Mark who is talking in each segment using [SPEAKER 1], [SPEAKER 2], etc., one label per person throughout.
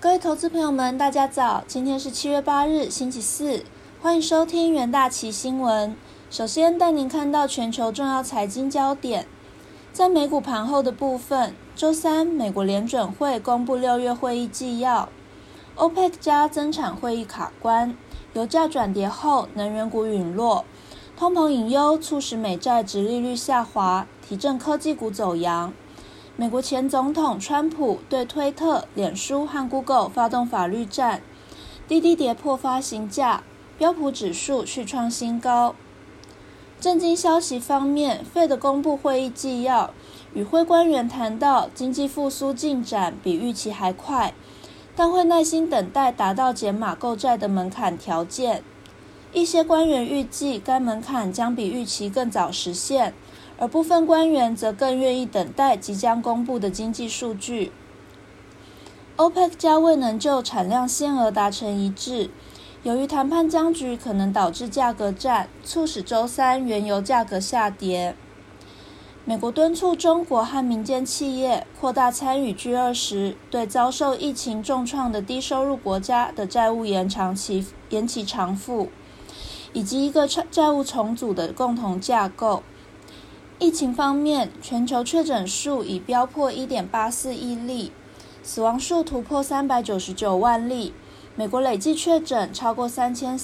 [SPEAKER 1] 各位投资朋友们，大家早！今天是7月8日，星期四，欢迎收听元大奇新闻。首先带您看到全球重要财经焦点。在美股盘后的部分，周三美国联准会公布6月会议纪要， OPEC 加增产会议卡关，油价转跌后能源股陨落，通膨隐忧促使美债殖利率下滑，提振科技股走扬。美国前总统川普对推特、脸书和 Google 发动法律战，滴滴跌破发行价，标普指数续创新高。政经消息方面，Fed 公布会议纪要，与会官员谈到经济复苏进展比预期还快，但会耐心等待达到减码购债的门槛条件。一些官员预计该门槛将比预期更早实现，而部分官员则更愿意等待即将公布的经济数据。OPEC 加未能就产量限额达成一致，由于谈判僵局可能导致价格战，促使周三原油价格下跌。美国敦促中国和民间企业扩大参与 G20 对遭受疫情重创的低收入国家的债务延期偿付，以及一个债务重组的共同架构。疫情方面，全球确诊数已飙破 1.84 亿例，死亡数突破399万例，美国累计确诊超过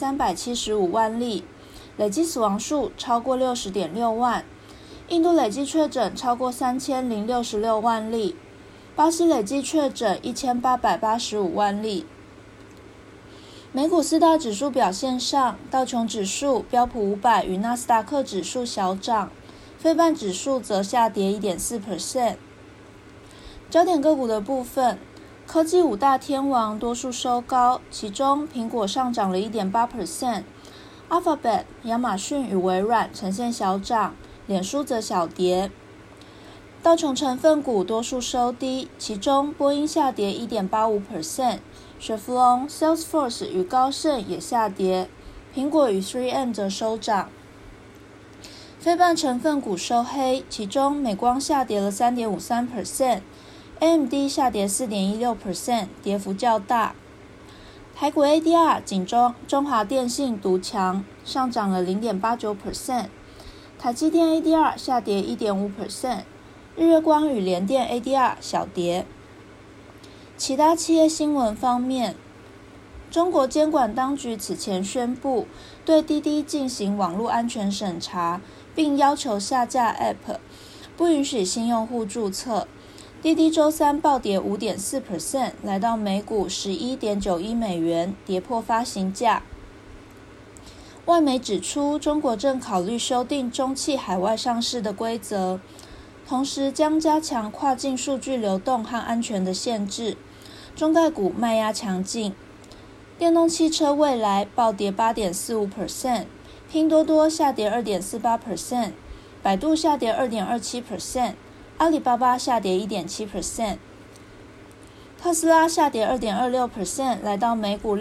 [SPEAKER 1] 3375万例，累计死亡数超过 60.6 万，印度累计确诊超过3066万例，巴西累计确诊1885万例。美股四大指数表现上，道琼指数、标普500与纳斯达克指数小涨，费半指数则下跌 1.4%。 焦点个股的部分，科技五大天王多数收高，其中苹果上涨了 1.8%， Alphabet、亚马逊与微软呈现小涨，脸书则小跌。道琼成分股多数收低，其中波音下跌 1.85%， 雪佛龙、Salesforce 与高盛也下跌，苹果与 3M 则收涨。费半成分股收黑，其中美光下跌了 3.53%， AMD 下跌 4.16%， 跌幅较大。台股 ADR 仅中华电信独强，上涨了 0.89%， 台积电 ADR 下跌 1.5%， 日月光与联电 ADR 小跌。其他企业新闻方面，中国监管当局此前宣布对滴滴进行网络安全审查，并要求下架 App， 不允许新用户注册。滴滴周三暴跌 5.4%， 来到每股 11.91 美元，跌破发行价。外媒指出，中国正考虑修订中汽海外上市的规则，同时将加强跨境数据流动和安全的限制。中概股卖压强劲，电动汽车蔚来暴跌 8.45%， 拼多多下跌 2.48%， 百度下跌 2.27%， 阿里巴巴下跌 1.7%， 特斯拉下跌 2.26%， 来到每股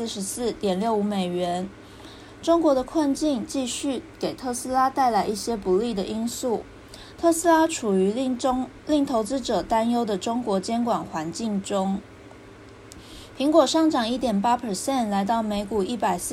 [SPEAKER 1] 644.65 美元。中国的困境继续给特斯拉带来一些不利的因素，特斯拉处于令投资者担忧的中国监管环境中。苹果上涨 1.8%， 来到每股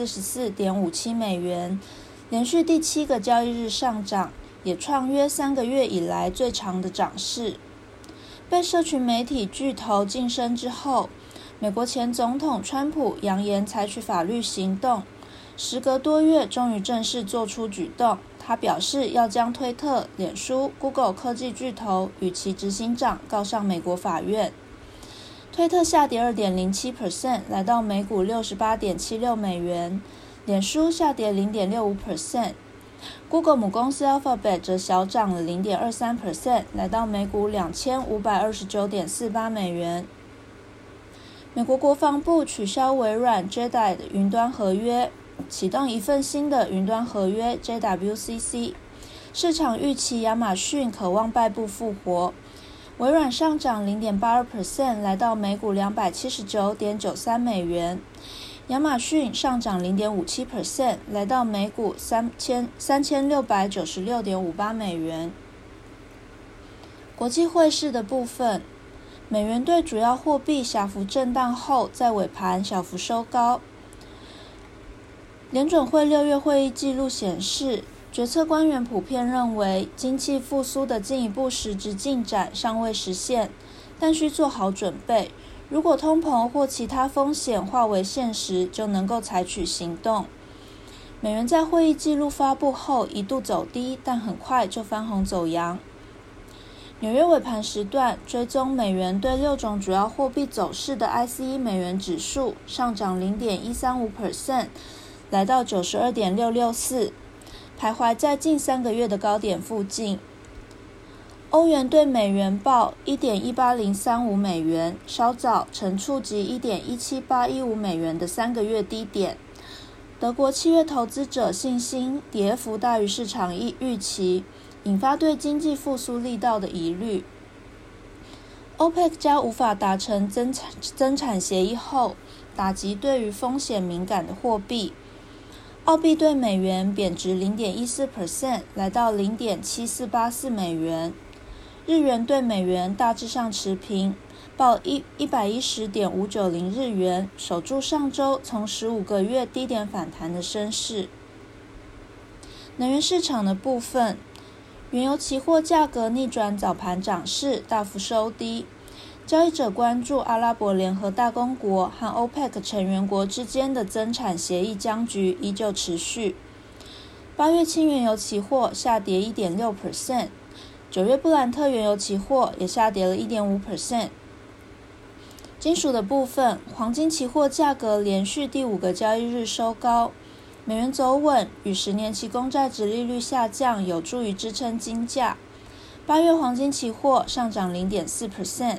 [SPEAKER 1] 144.57 美元，连续第7个交易日上涨，也创约3个月以来最长的涨势。被社群媒体巨头晋升之后，美国前总统川普扬言采取法律行动，时隔多月终于正式做出举动。他表示要将推特、脸书、Google 科技巨头与其执行长告上美国法院。推特下跌 2.07%， 来到每股 68.76 美元，脸书下跌 0.65%， Google 母公司 Alphabet 则小涨了 0.23%， 来到每股 2529.48 美元。美国国防部取消微软 JEDI 的云端合约，启动一份新的云端合约 JWCC， 市场预期亚马逊可望败部复活。微软上涨 0.82%， 来到每股 279.93 美元，亚马逊上涨 0.57%， 来到每股 3696.58 美元。国际汇市的部分， 美元对主要货币小幅震荡后，在尾盘小幅收高。联准会6月会议记录显示，决策官员普遍认为，经济复苏的进一步实质进展尚未实现，但需做好准备。如果通膨或其他风险化为现实，就能够采取行动。美元在会议记录发布后一度走低，但很快就翻红走阳。纽约尾盘时段，追踪美元对6种主要货币走势的 ICE 美元指数上涨 0.135%， 来到 92.664， 徘徊在近3个月的高点附近。欧元对美元报 1.18035 美元，稍早曾触及 1.17815 美元的3个月低点。德国7月投资者信心跌幅大于市场预期，引发对经济复苏力道的疑虑。OPEC 加无法达成增产协议后，打击对于风险敏感的货币。澳币对美元贬值 0.14%， 来到 0.7484 美元。日元对美元大致上持平，报 110.590 日元，守住上周从15个月低点反弹的升势。能源市场的部分，原油期货价格逆转早盘涨势，大幅收低。交易者关注阿拉伯联合大公国和 OPEC 成员国之间的增产协议僵局依旧持续。8月轻原油期货下跌 1.6%， 9月布兰特原油期货也下跌了 1.5%。金属的部分，黄金期货价格连续第5个交易日收高，美元走稳，与10年期公债殖利率下降有助于支撑金价。8月黄金期货上涨 0.4%。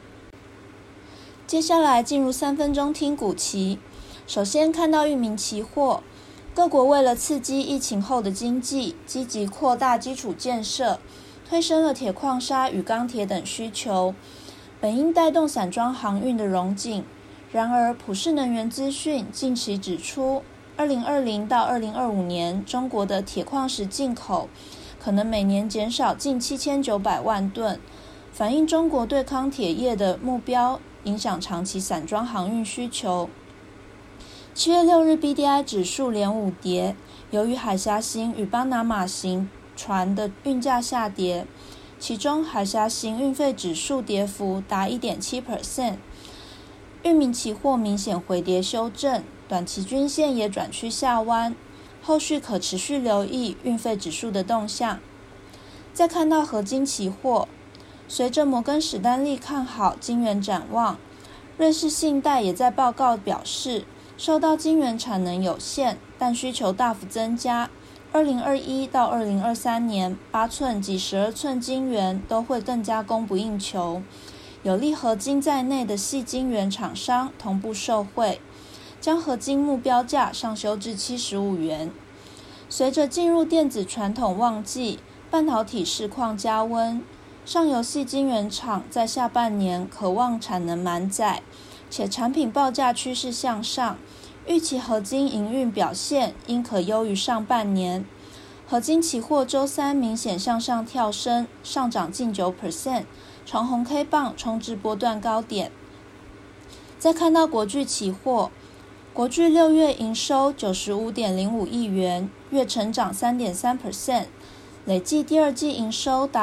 [SPEAKER 1] 接下来进入3分钟听股期。首先看到裕民期货，各国为了刺激疫情后的经济，积极扩大基础建设，推升了铁矿砂与钢铁等需求，本应带动散装航运的荣景。然而普世能源资讯近期指出，2020到2025年中国的铁矿石进口可能每年减少近7900万吨，反映中国对钢铁业的目标，影响长期散装航运需求。7月6日 BDI 指数连5跌，由于海峡型与巴拿马型船的运价下跌，其中海峡型运费指数跌幅达 1.7%。 裕民期货明显回跌修正，短期均线也转趋下弯，后续可持续留意运费指数的动向。再看到合金期货，随着摩根史丹利看好晶圆展望，瑞士信贷也在报告表示，受到晶圆产能有限，但需求大幅增加，2021到2023年8寸及12寸晶圆都会更加供不应求，有利合金在内的矽晶圆厂商同步受惠，将合金目标价上修至75元。随着进入电子传统旺季，半导体市况加温，上游矽晶圆厂在下半年可望产能满载，且产品报价趋势向上，预期合金营运表现应可优于上半年。合金期货周三明显向上跳升，上涨近 9%， 长红 K 棒冲至波段高点。再看到国巨期货，国巨6月营收 95.05 亿元，月成长 3.3%， 累计第二季营收达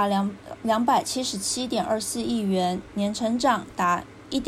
[SPEAKER 1] 277.24 亿元，年成长达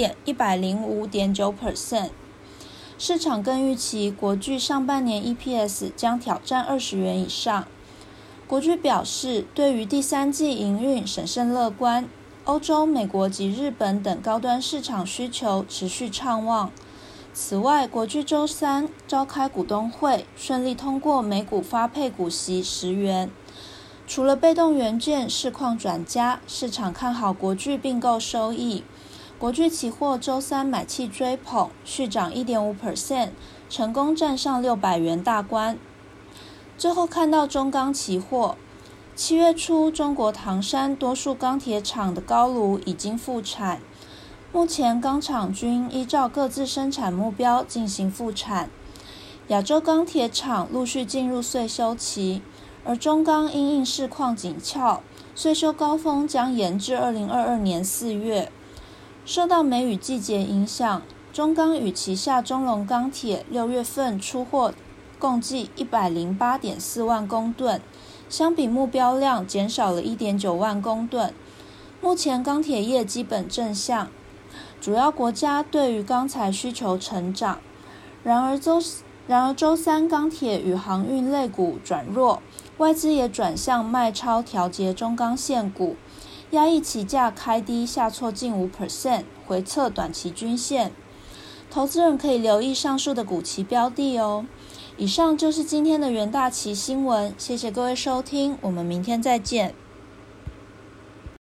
[SPEAKER 1] 105.9%。 市场更预期国巨上半年 EPS 将挑战20元以上。国巨表示，对于第三季营运审慎乐观，欧洲、美国及日本等高端市场需求持续畅旺。此外，国巨周三召开股东会，顺利通过每股发配股息10元。除了被动元件市况转佳，市场看好国巨并购收益。国巨期货周三买气追捧，续涨 1.5%， 成功站上600元大关。最后看到中钢期货，7月初中国唐山多数钢铁厂的高炉已经复产，目前钢厂均依照各自生产目标进行复产。亚洲钢铁厂陆续进入岁休期，而中钢因应市况紧俏，岁休高峰将延至2022年4月。 受到梅雨季节影响，中钢与旗下中龙钢铁6月份出货共计 108.4 万公吨，相比目标量减少了 1.9 万公吨。目前钢铁业基本正向，主要国家对于钢材需求成长。然而周三钢铁与航运类股转弱，外资也转向卖超调节中钢线股，压抑期价开低下挫近 5%， 回测短期均线。投资人可以留意上述的股期标的哦。以上就是今天的元大期新闻，谢谢各位收听，我们明天再见。